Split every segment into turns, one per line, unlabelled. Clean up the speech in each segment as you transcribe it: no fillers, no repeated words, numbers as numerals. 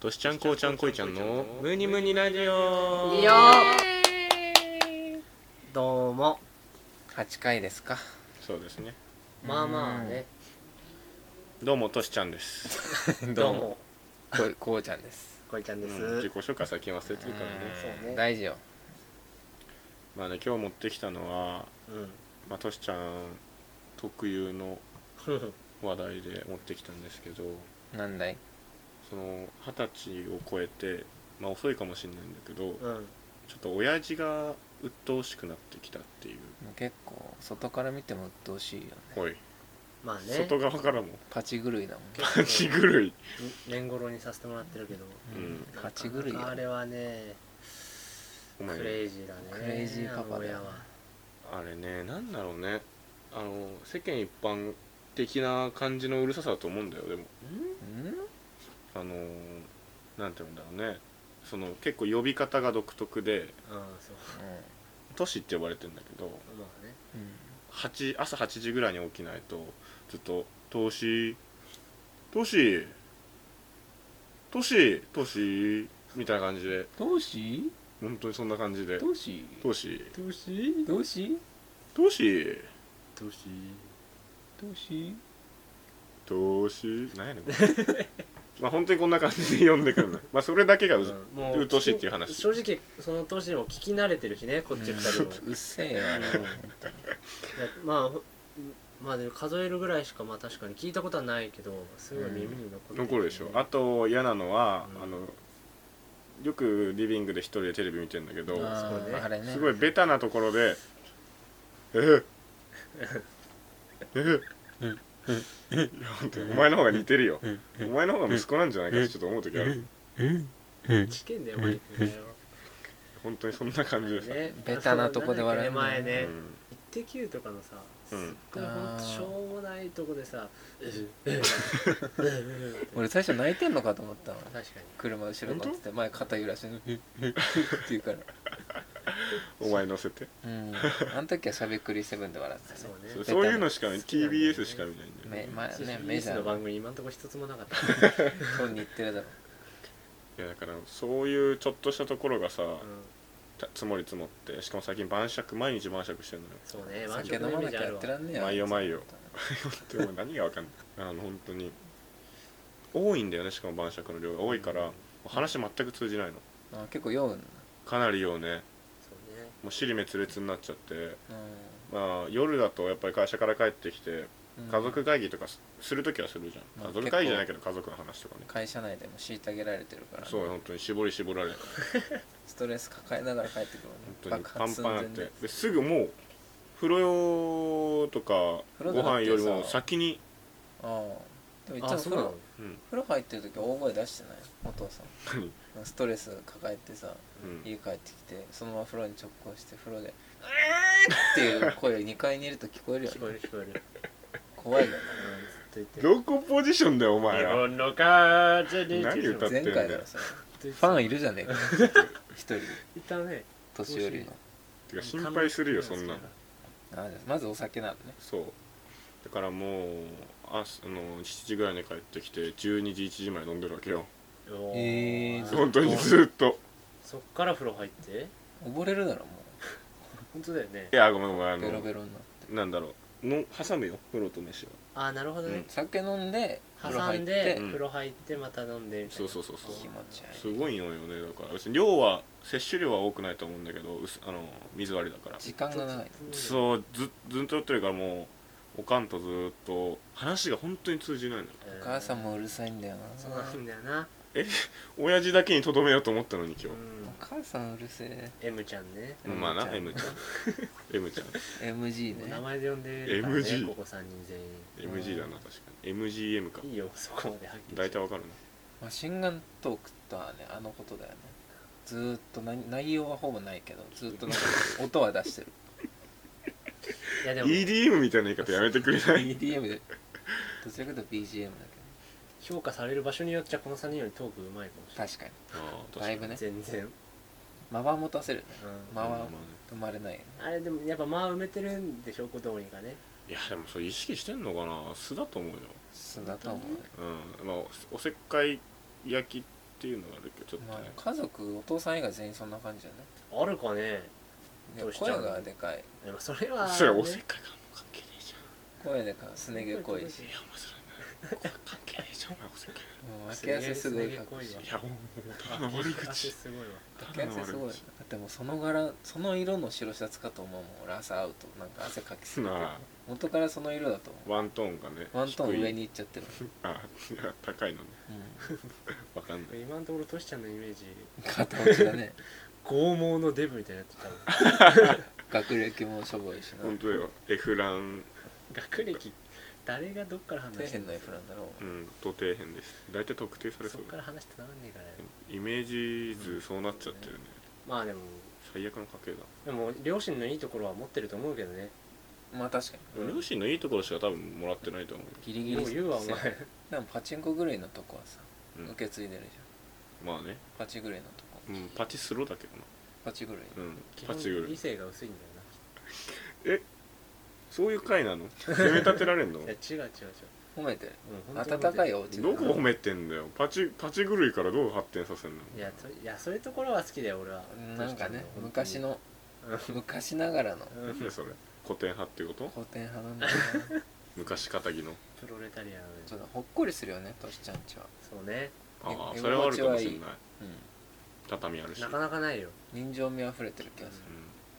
としちゃんこうちゃんこいちゃんのムニムニラジオ。
いいよ。どうも。
8回ですか。
そうですね。
まあまあね。
どうもとしちゃんです。
どうも。
こうちゃんです。
こいちゃんです。
自己紹介最近忘れてるからね。
そうね。
大事よ。
まあね、今日持ってきたのは、まあとしちゃん特有の話題で持ってきたんですけど、
なんだい。
その20歳を超えて、まあ遅いかもしれないんだけど、
うん。
ちょっと親父が鬱陶しくなってきたっていう。
結構外から見ても鬱陶しいよね。
おい、
まあね。
外側からも
パチ狂いだもん。
パチ狂い。
年頃にさせてもらってるけど。
パチ狂いよ。
あれはね。
お前
クレイジーだね。
クレイジーパパだよ。
あれね、なんだろうね。世間一般的な感じのうるささだと思うんだよ。でもなんて言うんだろうね、その結構呼び方が独特で、
そう。
トシって呼ばれてるんだけど、
まあね。
朝8時ぐらいに起きないとずっとトシトシトシトシみたいな感じで、
どうし
本当にそんな感じで、
どうし
トシ
どうしどうし
トシ
どうし
どうし
トシなんやねんこれまあ本当にこんな感じで呼んでくるの。まあそれだけがうっとうしいっていう話。
正直その年でも聞き慣れてるしね、こっち二人も。
うっせえよあれ。
まあでも数えるぐらいしかまあ確かに聞いたことはないけど、すごい耳に残って
残るでしょ。あと嫌なのは、
うん、
よくリビングで一人でテレビ見てるんだけど、
あれね。
すごいベタなところでいや本当にお前の方が似てるよ。お前の方が息子なんじゃないかってちょっと思う時ある。
試験でマイクだよ。
本当にそんな感じでさ、
ね、
ベタなとこで笑う。
前ね、イッテ Q とかのさ、すっごいほんとしょうもないとこでさ、
俺最初泣いてんのかと思ったの。
確かに
車後ろ乗ってて前肩揺らしてって言うから。
お前乗せて。
あの時はしゃべくり7で笑ってたね。
そういうのしかない。TBS しか見ないんだよね。
メジャー
の番組今のところ一つもなかった。
そうに言ってるだろ。
いやだからそういうちょっとしたところがさ、積もり積もって、しかも最近晩酌、毎日晩酌してるのよ。
そうね、
酒飲まなきゃやってらんねえよ。
毎夜毎夜でも何がわかんない。本当に多いんだよね。しかも晩酌の量が多いから話全く通じないの。
結構酔うんだ。
かなり酔うね。
そうね。
もう尻滅裂になっちゃって、まあ夜だとやっぱり会社から帰ってきて家族会議とかするときはするじゃん。家族会議じゃないけど家族の話とかね。
会社内でも虐げられてるから、ね、
そう本当に絞られる
ストレス抱えながら帰ってくる
のね。本当にパンパンになってですぐもう風呂用とかご飯よりも先に。
でも一応風呂入ってる時大声出してないお父さん。ストレス抱えてさ、家帰ってきてそのまま風呂に直行して風呂でっていう声2階にいると聞こえるよね。
聞こえる
怖いよね。
どこポジションだよお前ら。
日本の風で
何歌ってんだよ。
前回だろそれ。ファンいるじゃねえか一人
いたね、
年寄りの。
てか心配するよそんなの。
まずお酒なんだね。
そうだからもう7時ぐらいに帰ってきて12時1時まで飲んでるわけよ。本当にずっと。
そっから風呂入って
溺れるだろもう。
本当だよね。
いやごめん
ベロベロになって
なんだろうの挟むよ風呂と飯は。
なるほどね。
酒飲んで
挟んで風呂入ってまた飲んでみたいな。
そう
気持ち悪い。
すごいのよね。だから別に摂取量は多くないと思うんだけど、水割りだから
時間が長い。
そうずっとやってるからもうおかんとずっと話が本当に通じないのよ。
お母さんもうるさいんだよな。
そうなんだよな。
親父だけにとどめようと思ったのに今日。
お母さんうるせえ。
M ちゃんね。
まあな M ちゃん
MG ね。
名前で呼んでるからね。
MG
ここ3人全員
MG だな確かに。 MGM か。
いいよそこまではっきり。
大体わかるな。
マシンガントークとはねあのことだよね。ずーっと内容はほぼないけどずーっとなんか音は出してる。
いやでも
EDM みたいな言い方やめてくれない？
EDM でどちらかというと BGM だ
評価される場所によっちゃこの3人よりトークうまいかもしれない。
けど。確かに
だ
だいぶね
全然
間は持たせるね。間は
まあね
止まれないよね。
あれでもやっぱ間埋めてるんでしょどうにかね。
いやでもそれ意識してんのかな。素だと思うよ。
素だと思う。
まあおせっかい焼きっていうのがあるけどちょっと
まあ
ね、
家族お父さん以外全員そんな感じじゃない？
あるかね。
で声がでかい。
でもそれは、ね、
それおせっかいがもう関係ねえじ
声でかい、すね毛濃いし。
ゃん。いやお前それ関係ねえじゃんお前おせっかい。
もう脇汗すごいかくし。
いやもうただの悪口。
すごいわ。
脇汗すごい。だってもうその柄、その色の白シャツかと思うもん。俺朝会うとなんか汗かきすぎて。
なあ
元からその色だと思う。
ワントーンがね
ワントーン
低い
上に行っちゃってる。
あいや高いのね
う
わかんない。
今のところトシちゃんのイメージ、
ん。片落ちだね。
剛毛のデブみたいになってたもん。
学歴もしょぼいしな。
本当よエフラン
学歴誰がどっから話してんの？
底辺のエフランだろう。
と底辺です。大体特定されそ
そうっから話してならんねえからね。
イメージ図そうなっちゃってるね。
まあでも
最悪の家系だ。
でも両親のいいところは持ってると思うけどね。
まあ確かに。
うん
両親のいいところしか多分もらってないと思う。
ギリギリ。
よう言うわお前。
でもパチンコぐらいのとこはさ、
うん
受け継いでるじ
まあね、
ゃん。パチぐらいのとこ。
パチスロだけどな。
パチぐらい。
基
パチぐらい。
本理性が薄いんだよ
そういう回なの？責め立てられんの？
な。いや違う違う違う。
褒めてる。
うん、本当に
温かいお家だな。
どこ褒めてんだよ。パチ狂いからどう発展させんの？
いやそういうところは好きだよ俺は。
なんかね、
本当に
昔の、昔ながらの
うん
ねそれ古典派ってこと？
古典派なんだよな。
昔かたぎの。
プロレタリアン。
ちょっとほっこりするよね、トシちゃんちは。
そうね。
ああ
居
それはあるかもしれない。
うん。
畳あるし。
なかなかないよ。
人情味あふれてる気がする。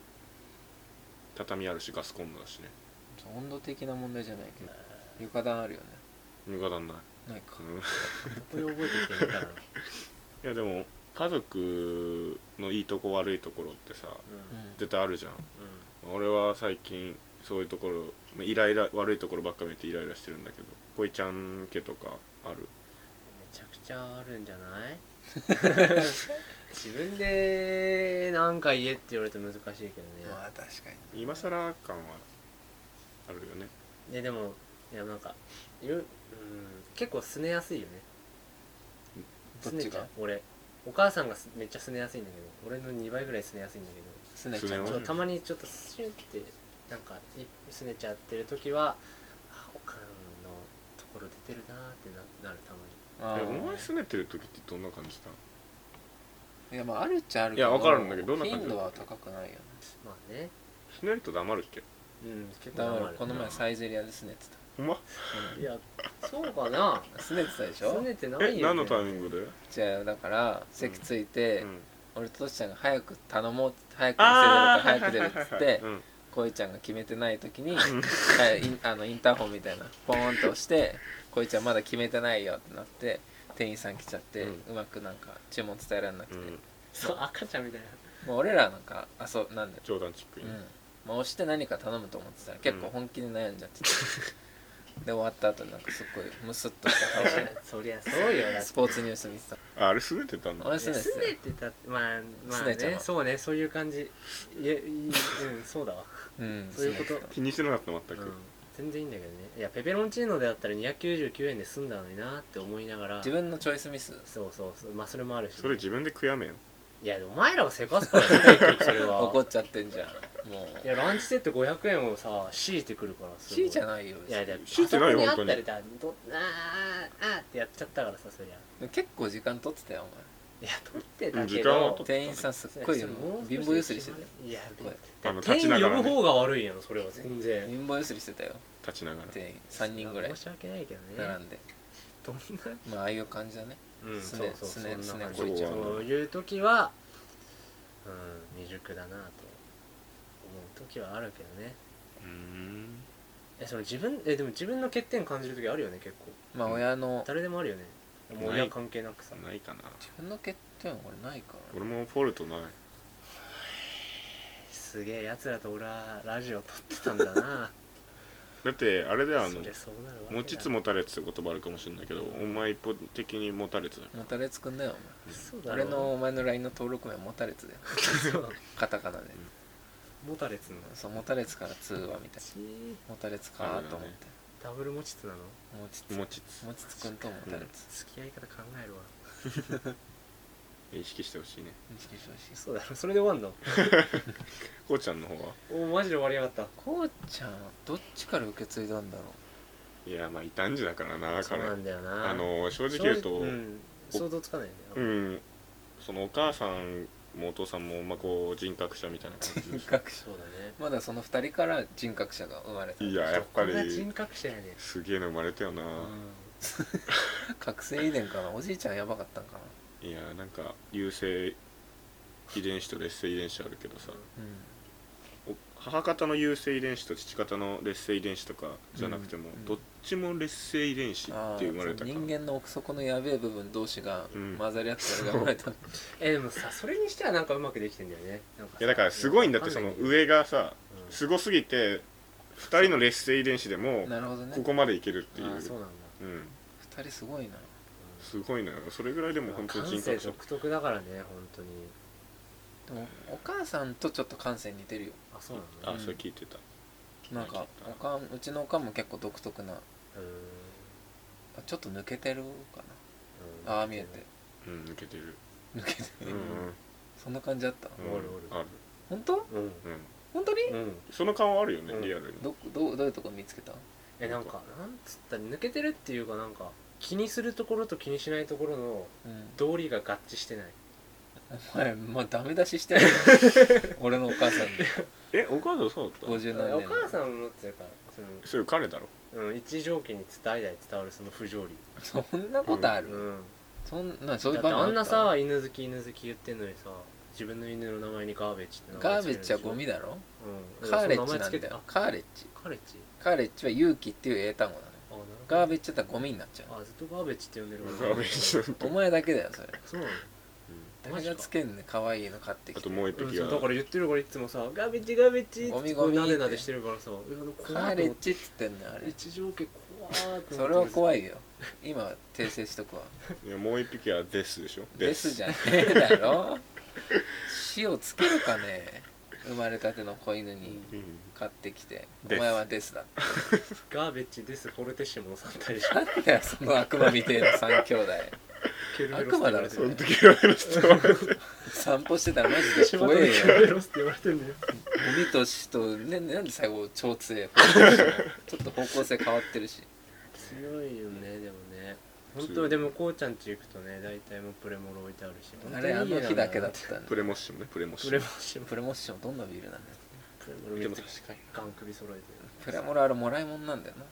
畳あるしガスコンロだしね。
温度的な問題じゃないけど、床暖あるよね。
床暖ない。
ないか。
これ覚えてきてるから。
いやでも家族のいいとこ悪いところってさ
うん。
絶対あるじゃん。
う
俺は最近そういうところイライラ悪いところばっか見てイライラしてるんだけど、こいちゃん家とかある？
めちゃくちゃあるんじゃない自分でなんか言えって言われて難しいけどね。
まあ確かに。
今更感はあるよね。
でもいやなんか結構すねやすいよね。すねちゃ
どっちが？
う俺お母さんがめっちゃすねやすいんだけど、俺の2倍ぐらいすねやすいんだけど、
すねちゃん
すね
ちょっとたまにちょっとシュンってなんかすねちゃってる時はおかんのところ出てるなーってなるたまに。
あー
お前すねてる時ってどんな感じだ？
いやまああるっちゃあるけど、
いやわかるんだけどどんな感じ
頻度は高くないよね。
まあね。
すねると黙るっけ？
結構
だから
黙る
この前サイゼリアですねって
ほんま？
いやそうかな。
言ってた。すねてたでしょ？
すねてないよ。
何のタイミングで？
じゃあだから席ついて、
うん
俺とトシちゃんが早く頼もうって早く見せれるから早く出るっつって
うん
こいちゃんが決めてない時にインターホンみたいなポーンと押してこいちゃんまだ決めてないよってなって店員さん来ちゃって、うまくなんか注文伝えられなくて、
そう赤ちゃんみたいな。
もう俺らなんかなんだよ、
冗談チックに。
まあ、押して何か頼むと思ってたら結構本気で悩んじゃってて、で終わった後なんかすっごいムスッとした顔して
そりゃそうよ。だって
スポーツニュース見てた。
あれすねてたんだ。
俺すねてたよ
すねてたってまあ
すねちゃうわ
ねそうねそういう感じ。いやそうだわ。
うん
そういうこと
すねてた
気にしてなかった全く。
全然いいんだけどね。いやペペロンチーノであったら299円で済んだのになって思いながら。
自分のチョイスミス
そうまあそれもあるし。
それ自分で悔やめよ。
いやお前らがせかすからね結局それは。
怒っちゃってんじゃんもう。
いやランチセット500円をさ強いてくるから。
C じゃないよ。
いやだ
強いてないよ
あそこにあ
本当に
ったらあーってやっちゃったからさそりゃ。
結構時間取ってたよ
いや取ってたけど
時間は取っ
お前。店員さんすっごいよ貧乏ゆすりしてたよ。
いや
すごい
店員
立ちながらね
呼ぶ方が悪いやんそれは全然。
貧乏ゆすりしてたよ
立ちながら。
店員3人ぐらい
申し訳ないけどね。
並んで、
どんな
まあああいう感じだね。すね
そう
すね
そんな感じ
すねこいちゃん
そういう時は未熟だなと思う時はあるけどね。その自分でも自分の欠点感じる時あるよね結構。
まあ親の
誰でもあるよね。もう親関係なくさ。
ないかな。
自分の欠点は俺ないから
俺もフォルトない。
すげえやつらと俺はラジオ撮ってたんだな。
だってあれで
そりゃそうなるわけだ
持ちつ持たれつって言葉あるかもしれないけど、お前一方的に持たれつだか
もたれつくんだよお前。
そうだろう
俺のお前の LINE の登録名もたれつだよ
そう
カタカナで。
モタレツの
そうもたれつから通話みたいな。もたれつかと思って。
ダブル持ちつなの。
もちつ
ら持ちつ
もちつくんともたれつ
付き合い方考えるわ。
意識してほしいね。
認識してほしい。
そうだろそれで終わんの。
こうちゃんの方は？
おマジで終わりやがった。
こうちゃんはどっちから受け継いだんだろ
いやまあ異端児だからな
そう
彼。
なんだよな。
正直言うと、
想像つかないね。
うんそのお母さんもお父さんもまあこう人格者みたいな感じで
人格者
そうだね。
まだその2人から人格者が生まれた。
いややっぱ
こんな人
り
格者やね。
すげえの生まれたよな、
覚醒遺伝かな。おじいちゃんやばかったんかな。
いやなんか優性遺伝子と劣勢遺伝子あるけどさ、母方の優性遺伝子と父方の劣勢遺伝子とかじゃなくても、どっちも劣勢遺伝子って生まれたから、
人間の奥底のやべえ部分同士が混ざり合ってあれが生まれた、
でもさそれにしてはなんかうまくできてんだよね。なんか
いやだからすごいんだって、その上がさすごすぎて2人の劣勢遺伝子でも
なるほどね、
ここまでいけるっていう。
あそうなんだ、
2人すごいな。
すごいのよ。それぐらいでも本当に人格者。
独特だからね本当に。
でもお母さんとちょっと感性似てるよ。
あそうなんだ、
それ聞いてた。
なんかうちのおかんも結構独特な、ちょっと抜けてるかな、ああ見えて、
抜けてる
抜けてる、そんな感じだった。
ある。
本当？本当に？
その顔あるよね、リアルに。
どういうとこ見つけた？
なんかなんつったら抜けてるっていうか、なんか気にするところと気にしないところの道理が合致してない。
お前まあダメ出ししてるよ俺のお母さんに。
お母さんそうだった？
50何年
お母さんのっていうか
そういう彼だろ。
一条家に代々伝わるその不条理。
そんなことある？そういう場面
あんなさ犬好き言ってんのにさ、自分の犬の名前にガーベッジって名前
ガーベッジはゴミだろ。
うん、
カーレッジなんだよ。カーレッジは勇気っていう英単語だね。ガーベッジだったらゴミになっちゃう。
ずっとガーベッジって呼んでる
ガーベッジ
お前だけだよそれ。
そうなの？
誰がつけんね、可愛いの買ってきて。
あともう一匹は
だから言ってるからいつもさガーベッジガーベッジってこうなでなでしてるからさ、
カーレッジって言ってんねあれ。
一条家怖ーって。
それは怖いよ。今訂正しとくわ。
いやもう一匹はデスでしょ。
デスじゃねえだろ。死をつけるかね。生まれたての子犬に買ってきて、お前はデスだ。
ガーベッジデスフォルテッシモの3体でしょ。
なんだよその悪魔みてえな3兄弟。悪魔だろ
その時は
散歩してたらマジで怖えよ。
ケロスって言われてんだよ。
ゴミと死とね、なんで最後超強いちょっと方向性変わってるし。
強いよねでもね。本当でもこうちゃんち行くとね大体もうプレモル置いてあるし。
あれあの日だけだったね。
プレモッシモね。プレモッシ
モどんなビールなんだよ。
プレモルめっちゃガン首揃えてる。
プレモルあれもらいもんなんだよな。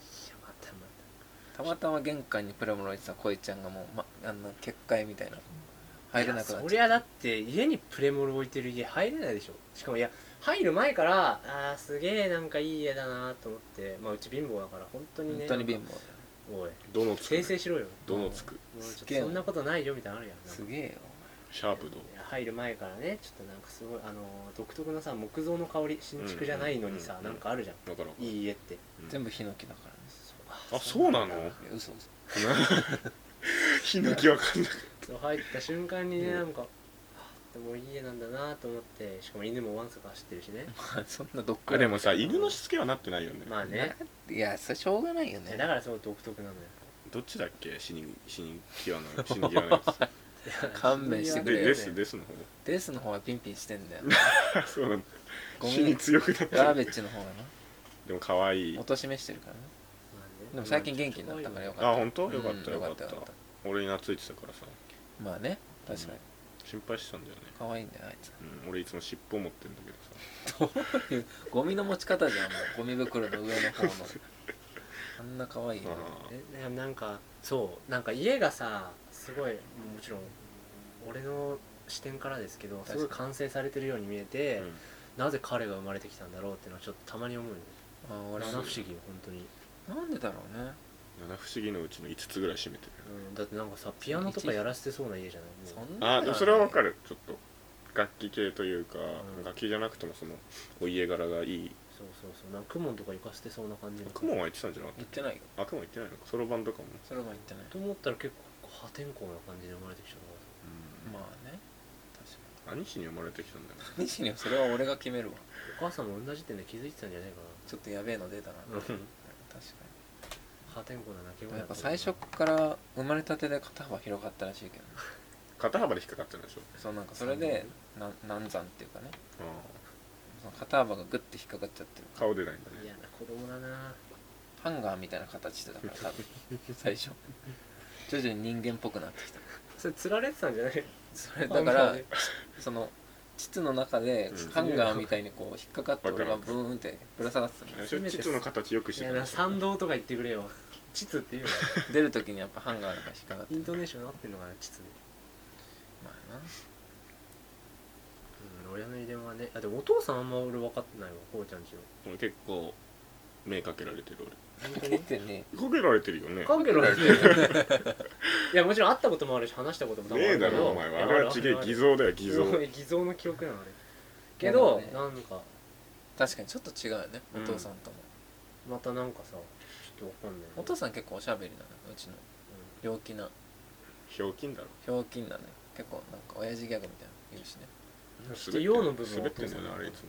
た
またま玄関にプレモル置いてた恋ちゃんがもう、あんな結界みたいな入れなくなっちゃう。
そりゃだって家にプレモル置いてる家入れないでしょ。しかも入る前からすげえなんかいい家だなと思って、うち貧乏だから本当にね。
本当に貧乏だよ。
おい
どのつく
訂正しろよ。
どのつく
そんなことないよみたいなのあるやん。
すげえよ
シャープド。
入る前からねちょっとなんかすごい独特なさ木造の香り、新築じゃないのにさなんかあるじゃん。いい家って
全部ヒノキだからね。
そうなの？
嘘
ヒノキわかんない。
入った瞬間にねなんかでもいい家なんだなと思って、しかも犬もワンサか走ってるしね。
そんなどっか
でもさ犬のしつけはなってないよね。
まあね。
いやそれしょうがないよね。
だからそう独特なのよ。
どっちだっけ？死に際のやつ。
勘弁してくれよ。
デスの方。
デスの方はピンピンしてんだよ。
そうなんだ。死に強くなってる。
ガーベッジの方がな。
でも可愛い。
おとしめしてるからね。でも最近元気になったからよかった。
本当？よかった。俺に懐いてたからさ。
まあね確かに。
心配してたんだよね。
可愛いんだよあいつ。
俺いつも尻尾持ってんだけど
さ。どういうゴミの持ち方じゃん。ゴミ袋の上の方の。あんな可愛いの。
なんかそうなんか家がさすごいもちろん俺の視点からですけどすごい完成されてるように見えて、なぜ彼が生まれてきたんだろうっていうのはちょっとたまに思うよね。七不思議よ本当に。
なんでだろうね。
七不思議のうちの5つぐらい占めてる。
だってなんかさピアノとかやらせてそうな家じゃない。
でもそれはわかる。ちょっと楽器系というか、楽器じゃなくてもそのお家柄がいい。
そうなんかクモンとか行かせてそうな感じの。
クモンは行ってたんじゃなかった？
行ってないよ。
クモン行ってないのか。そろばんとかも。
そろばん行ってない。
と思ったら結構破天荒な感じで生まれてきたの。
まあね。
確かに。兄氏に生まれてきたんだよ。
兄氏にそれは俺が決めるわ。
お母さんも同じ時点で気づいてたんじゃないかな。
ちょっとやべえの出たな。確かに。
破天荒な泣き声。
やっぱ最初から生まれたてで肩幅広かったらしいけどね。
肩幅で引っかかってるでしょ。
そうなんかそれで難産っていうかね。その肩幅がグッて引っかかっちゃってる。
顔出ないんだね。
嫌な子供だな。
ハンガーみたいな形してたから多分最初徐々に人間っぽくなってきた。
それ釣られてたんじゃない？
それだからその膣の中でハンガーみたいにこう引っかかって俺がブーンってぶら下がってたの。
それ膣の形よくして
いや参道とか言ってくれよ。膣って言うの
出るときにやっぱハンガーが引っかかって
イントネーション合ってんのかな膣で。
まあな。
親の遺伝はね。あでもお父さんあんま俺分かってないわ。こうちゃんちの
俺結構目かけられてる
かけてね。
俺かけられてるよね。
かけられてるいやもちろん会ったこともあるし話したことも多分あ
ねえ
るけど
だろお前は。あれは違え偽造だよ偽造。
偽造の記憶なのあれけど、
ね、
なんか
確かにちょっと違うよね、お父さんとも。
またなんかさちょっとわかんない、ね、
お父さん結構おしゃべりなのうちの、陽気な
ひょうきんだろ。
ひょうきんなのよ。結構なんか親父ギャグみたいなの言うしね。
陽の部分
滑ってんだよねあれいつも。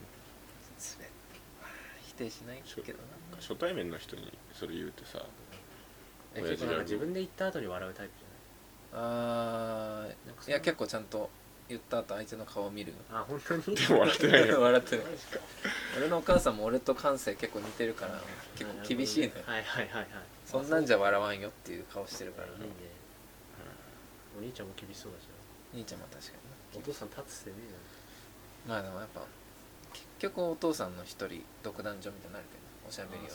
否定しないけどな。
初対面の人にそれ言うってさ、
結構なんか自分で言った後に笑うタイプじゃない？
あーいや結構ちゃんと言った後相手の顔を見るよ。
あ本当に？
でも笑ってないよ。
笑ってない。俺のお母さんも俺と感性結構似てるから結構厳しいのよ。
はいはいはいはい。
そんなんじゃ笑わんよっていう顔してるから。いいね。
お兄ちゃんも厳しそうだし
な。兄ちゃんも確かに
な。お父さん立つってねえ
な。まあでもやっぱ結局お父さんの一人独壇場みたいになるけどおしゃべりは。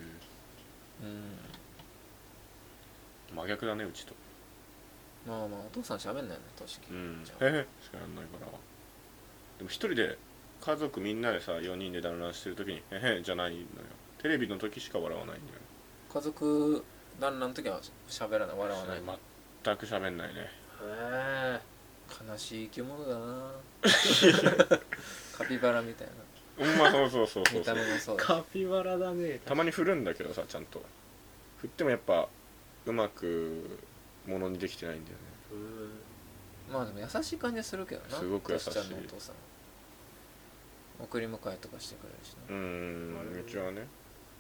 真逆だねうちと。
まあまあお父さん喋んないよね確かに。
しかやんないから。でも一人で家族みんなでさ4人で団らんしてる時にへへじゃないのよ。テレビの時しか笑わないんだよ。
家族団らんの時は喋らない笑わない。
全く喋んないね。
へえ
悲しい生き物だなカピバラみたいな。
ほんまそう
見た目もそうだし。
カピバラだね。
たまに振るんだけどさちゃんと振ってもやっぱうまくものにできてないんだよね。
まあでも優しい感じするけどな。
すごく優しい。
トシちゃんのお父さん送り迎えとかしてくれるしな。
うちはね。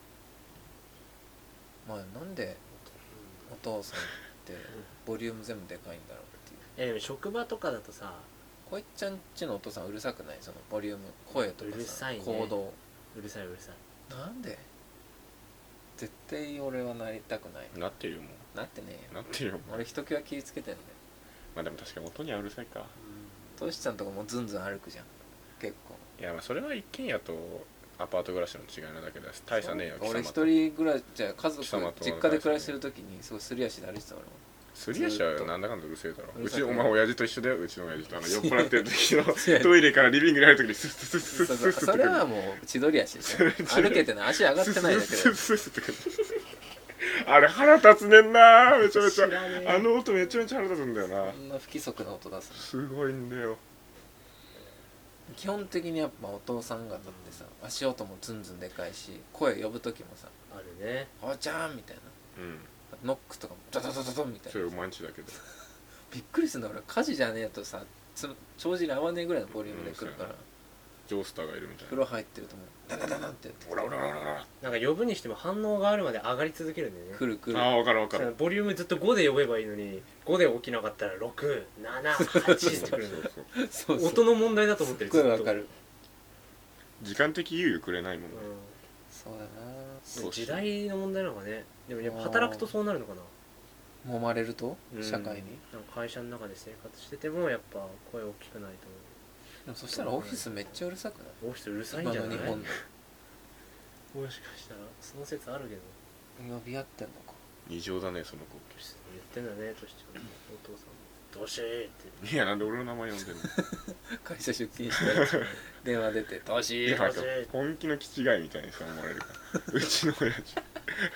まあなんでお父さんってボリューム全部でかいんだろうっていう。
でも職場とかだとさ
こいちゃんちのお父さんうるさくない？そのボリューム声とかさ
うるさいね。
行動
うるさい
なんで絶対俺はなりたくない。
なってるよも
うなってねえよ。
なってるよ
俺ひときわ気ぃつけてんだよ。
まあでも確かに音にはうるさいか。
トシちゃんとかもズンズン歩くじゃん結構。
いやまあそれは一軒家とアパート暮らしの違いなだけだし大差ねえよ。
俺一人暮らしじゃ家族実家で暮らしてる時にすごいすり足で歩いてた俺も。
すり足はなんだかんだうるせえだろ。うち
うるさくない
お前親父と一緒だよ。うちの親父と酔っ払ってる時のトイレからリビングに入る時にスッスッスッスッスッスッ
それはもう千鳥足でしょ歩けてない足上がってないだけで。
スッスッスッスッってあれ腹立つねんなめちゃめちゃ。あの音めちゃめちゃ腹立つんだよな。
そんな不規則な音出すの
すごいんだよ。
基本的にやっぱお父さん方ってさ足音もズンズンでかいし声呼ぶ時もさ
あるね。
おーちゃんみたいな
うん
ノックとかもドドドドドンみたいな。
それお前んちだけど
びっくりするんだ俺火事じゃねえとさ帳尻合わねえぐらいのボリュームで来るから、
ジョースターがいるみたいな。
風呂入ってるともうダダダダってやって
オラオラオラオラ。
なんか呼ぶにしても反応があるまで上がり続けるんだよね。
来る来る。
ああ分かる分かる。
ボリュームずっと5で呼べばいいのに5で起きなかったら6、7、8ってくるの。
そうそう
音の問題だと思ってる。
すっごいわかる。
時間的猶予くれないもんね。
そうだな。
でも時代の問題なのかね。でもやっぱ働くとそうなるのかな。
揉まれると社会に、
なんか会社の中で生活しててもやっぱ声大きくないと。
でもそしたらオフィスめっちゃうるさくない？
オフィスうるさいんじゃない？
今の日本の
もしかしたらその説あるけど。
呼び合ってんのか。
異常だねその子。
言ってんだねとしちゃんお父さん。どうしーって。
いやなんで俺の名前呼んでんの。
会社出勤して電話出て「どうし?」
なんか本気の気違いみたいにさ思われるからうちの親父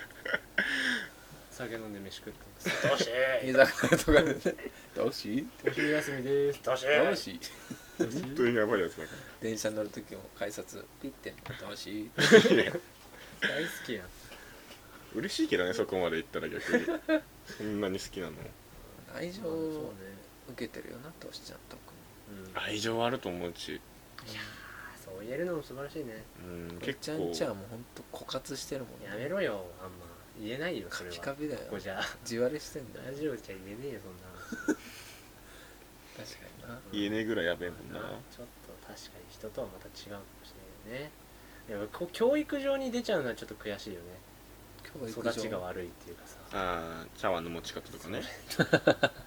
酒飲んで飯食ってどうし
居酒屋とかでね「どうし?」
お昼休みでーすどうし
どうし
本当にやばいやつだか
電車乗る時も改札ピッて「どうし?」
ら
大好きやん。
嬉しいけどねそこまで行ったら逆にそんなに好きなの。
愛情を受けてるよなトシちゃんと
愛情はあると思うし。
いやそう言えるのも素晴らしいね。
結構ちゃんちゃんもほんと枯渇してるもんね。
やめろよあんま言えないよそれは。
カピカピだよ。
ここじゃ
地割れしてんだよ。
ラジオじゃ言えねえよそんな。
確かにな。
言えねえぐらいやべえもんな。
ちょっと確かに人とはまた違うかもしれないよね。いや教育上に出ちゃうのはちょっと悔しいよね。育ちが悪いっていうかさ。
ああ茶碗の持ち方とかね。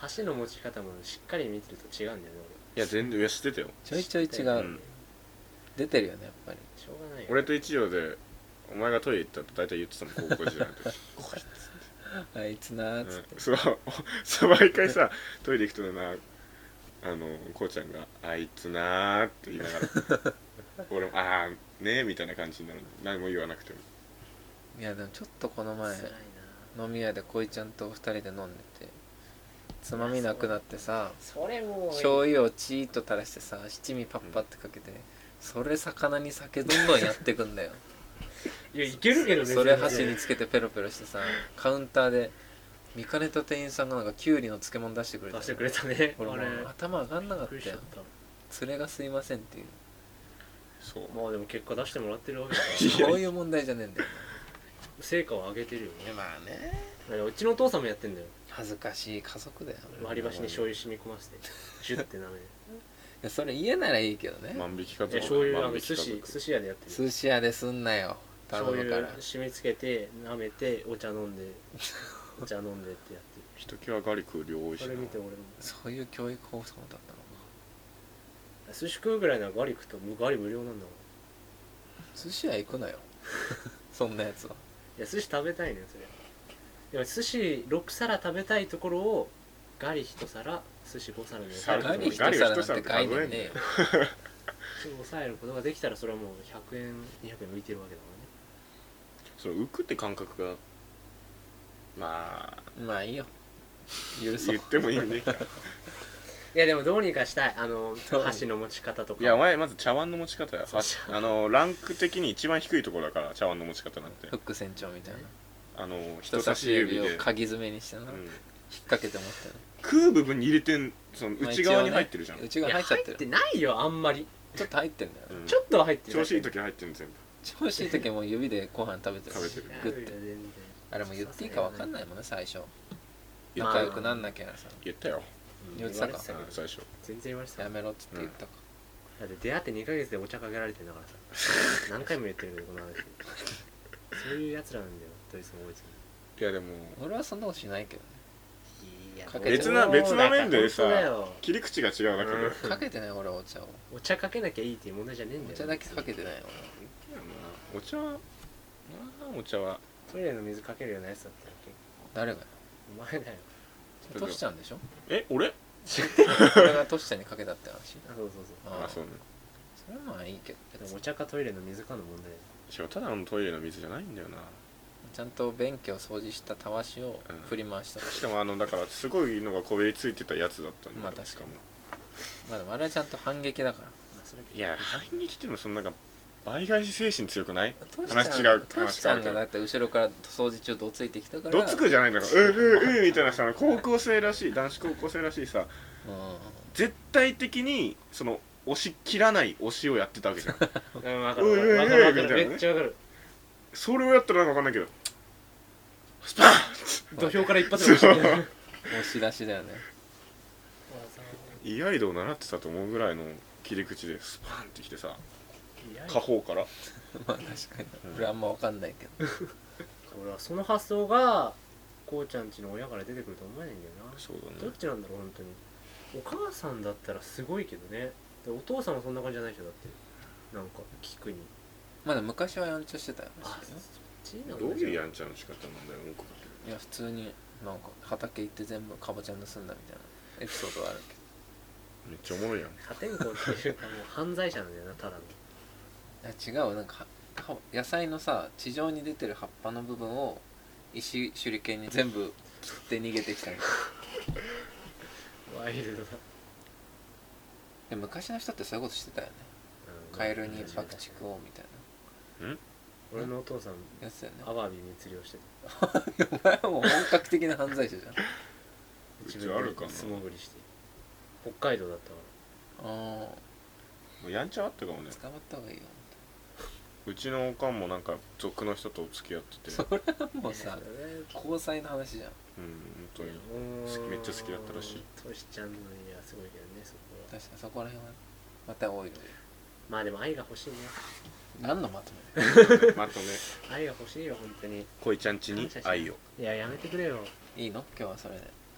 箸の持ち方もしっかり見てると違うんだよね
いや全然知ってたよ。
ちょいちょい違う、
俺、
出てるよねやっぱり。
しょうがないよ
俺と一応でお前がトイレ行ったと大体言ってたもん、高校時代の時こいつ
あいつなーっつって、
そう毎回さトイレ行くとなこうちゃんが「あいつな」って言いながら俺も「ああねえ」みたいな感じになる。何も言わなくても。
いやでもちょっとこの前
辛いな。
飲み屋で恋ちゃんと2人で飲んでてつまみなくなってさ、
それもう
醤油をチーッと垂らしてさ七味パッパってかけて、それ魚に酒どんどんやってくんだよ
いやいけるけどね、
それ箸につけてペロペロしてさ、カウンターで見かねた店員さんがなんかキュウリの漬物出してくれた
出してくれたね。
俺もう頭上がんなかっ
びっくりしちゃ
たよ。
っ
連れがすいませんっていう
そう
た。まあでも結果出してもらってるわけだか
そういう問題じゃねえんだよ
ら成果を上げてるよね。
まあね、
だからうちのお父さんもやってんだよ。
恥ずかしい家族だよ。
割り箸に醤油染み込ませてジュッて舐める。
いやそれ言えならいいけどね。
万引き家族。
醤油
万引き家族
寿司屋でやってる。
寿司屋ですんなよ頼
醤
むから。
油染みつけて舐めてお茶飲んでお茶飲んでってやって
ひときわガリ食う量多い
る。
しな。
それ見て俺も
そういう教育方法だったのか。
寿司食うぐらいならガリ食うとガリ無料なんだもん。
寿司屋行くなよそんなやつは。
いや寿司食べたいねそれ。でも寿司6皿食べたいところをガリ1皿寿司5皿で抑える
ガリ一
ガリ
皿なん
一皿ってて
概念ねえよ。
抑えることができたらそれはもう100円200円浮いてるわけだからね。
その浮くって感覚がまあ
まあいいよ許そう
言ってもいいね。
いやでもどうにかしたい箸の持ち方とか。
いやお前まず茶碗の持ち方や。ランク的に一番低いところだから茶碗の持ち方なんて
フック船長みたいな
人差し指で
を鍵爪にしてな、引っ掛けて持ってる。
食う部分に入れてん、その内側に入ってるじゃん、
内側
いや
入っちゃってる。
入ってないよあんまり。
ちょっと入ってんだよ、
うん
ちょっとは入ってる。
調子いい時入ってる全部。
調子いい時はもう指でご飯食べてる。
食べてる
グッて。
全然
あれも言っていいか分かんないもんね最初。
言
仲良くなんなきゃさ
言ったよ、
言ってたか
言われて
最初。
全然言われてた。
やめろっつって言ったか。
だって出会って2ヶ月でお茶かけられてんだからさ何回も言ってるけどこの話。そういうやつらなんだよどいつもこいつも。
いやでも
俺はそんなことしないけどね。
いや
かけて
別な面でさ
本当だよ
切り口が違うだけで、
うん
かけてない俺はお茶を。
お茶かけなきゃいいっていう問題じゃねえんだよ。
お茶だけかけてないよ
お茶はお茶は
トイレの水かけるようなやつだったら結
俺。誰がよ。
構お前だよ。
トシちゃんでしょ。
俺
俺がトシちゃんにかけたって話。
あそうそうそう。
ああ
そうね。
それはまあいいけど
でもお茶かトイレの水かの問題だよ。
しかもただのトイレの水じゃないんだよな。
ちゃんと便器を掃除したたわしを振り回したら、
しかもだからすごいのがこびりついてたやつだったんだよ。
まあ確かに
しかも
まあでもあれはちゃんと反撃だから。
いや反撃っていうのもそのなんか倍返し精神強くない？
トシ
話違う
トシちゃんがだって後ろから掃除中どついてきたから。
どつくじゃないんだからみたいなさ、高校生らしい男子高校生らしいさ、
うん
絶対的にその押し切らない押しをやってたわけじゃん。
うん分かる分かる分かるめっちゃ分かる。
それをやったらなんか分かんないけどスパーン
土俵から一発で落ちてる。
押し出しだよね。
居合道を習ってたと思うぐらいの切り口でスパーンってきてさ、下方から
まあ確かに俺あんま分かんないけど。
俺はその発想がこうちゃんちの親から出てくると思えないんだよな。
そうだね。
どっちなんだろう本当に。お母さんだったらすごいけどね。でお父さんはそんな感じじゃないでしょだって。なんか聞くに。
まだ昔はやんちゃしてたよ。
あそっちなんだ。
どういうやんちゃの仕方なんだよ。
いや普通になんか畑行って全部かぼちゃ盗んだみたいなエピソードはあるけ
めっちゃおもろいやん。
破天荒っていうかもう犯罪者なんだよなただの。
ど。いや違うなんか野菜のさ地上に出てる葉っぱの部分を石手裏剣に全部切って逃げてきたみたいな。
ワイルドだ。
で昔の人ってそういうことしてたよね。
うん
カエルに爆竹をみたい
俺のお父さん
なやつだよね。
アワビ密漁してた。
お前はもう本格的な犯罪者じゃん。
うちあるかな。
素潜りして北海道だったか
あ
もうやんちゃあったかもね。
あ捕まった方がいいよ。
うちのおかんもなんか族の人と付き合ってて、
それはもう
ら
さ交際の話じゃん。
本当にめっちゃ好きだったらしい。
トシちゃんの家はすごいけどねそこは。
確かにそこら辺はまたオイルで。
まあでも愛が欲しいね。
何のまとめ
まとめ
愛が欲しいよ本当に。
恋ちゃんちに愛を。
いややめてくれよ。
いいの今日はそれで。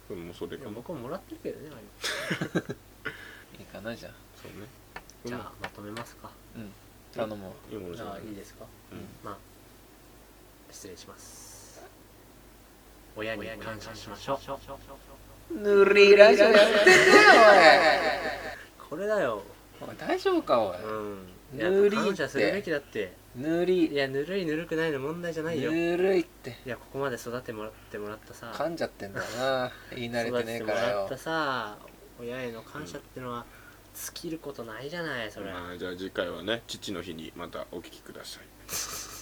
もうそれかも。
僕ももらってるけどね
いいかな、じゃあ。
そうね。
じゃあまとめますか。
頼もう。
いいものじゃない。
いいですか。まあ失礼します。親に感謝しましょう。
ぬりラジオやってんだよ
これだよ。
おい大丈夫かおい。
ぬり感謝するべきだって。
ぬり。
いや、ぬるいぬるくないの問題じゃないよ。
ぬるいって。
いや、ここまで育ててもらったさ、
噛んじゃってんだな。言い慣れてねえからよ。
育ててもらったさ、親への感謝ってのは尽きることないじゃない、それ。
じゃあ次回はね、父の日にまたお聞きください。